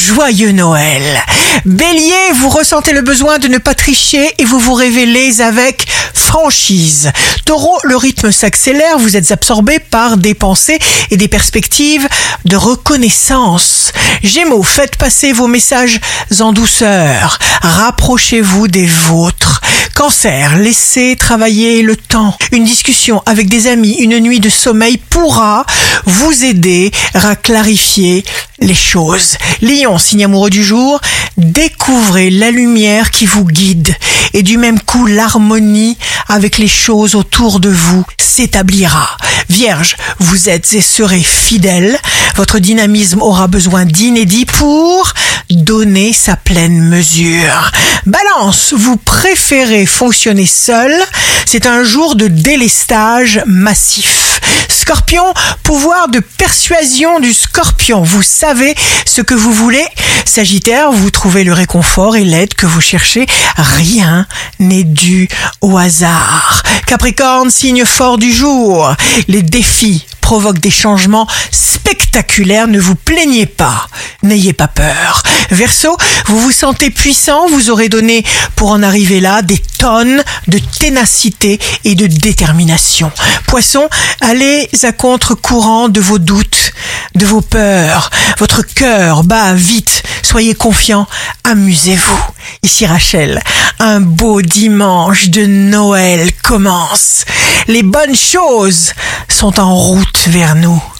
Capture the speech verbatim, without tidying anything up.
joyeux Noël. Bélier, vous ressentez le besoin de ne pas tricher et vous vous révélez avec franchise. Taureau, le rythme s'accélère, vous êtes absorbé par des pensées et des perspectives de reconnaissance. Gémeaux, faites passer vos messages en douceur. Rapprochez-vous des vôtres. Cancer, laissez travailler le temps. Une discussion avec des amis, une nuit de sommeil pourra vous aider à clarifier les choses. Lion, signe amoureux du jour, découvrez la lumière qui vous guide et du même coup l'harmonie avec les choses autour de vous s'établira. Vierge, vous êtes et serez fidèle. Votre dynamisme aura besoin d'inédit pour donner sa pleine mesure. Balance, vous préférez fonctionner seul. C'est un jour de délestage massif. Scorpion, pouvoir de persuasion du scorpion. Vous savez ce que vous voulez. Sagittaire, vous trouvez le réconfort et l'aide que vous cherchez. Rien n'est dû au hasard. Capricorne, signe fort du jour. Les défis provoquent des changements spectaculaires. Ne vous plaignez pas. N'ayez pas peur. Verseau, vous vous sentez puissant. Vous aurez donné pour en arriver là des tonnes de ténacité et de détermination. Poisson, allez à contre-courant de vos doutes, de vos peurs. Votre cœur bat vite. Soyez confiants. Amusez-vous. Ici Rachel, un beau dimanche de Noël commence. Les bonnes choses sont en route vers nous.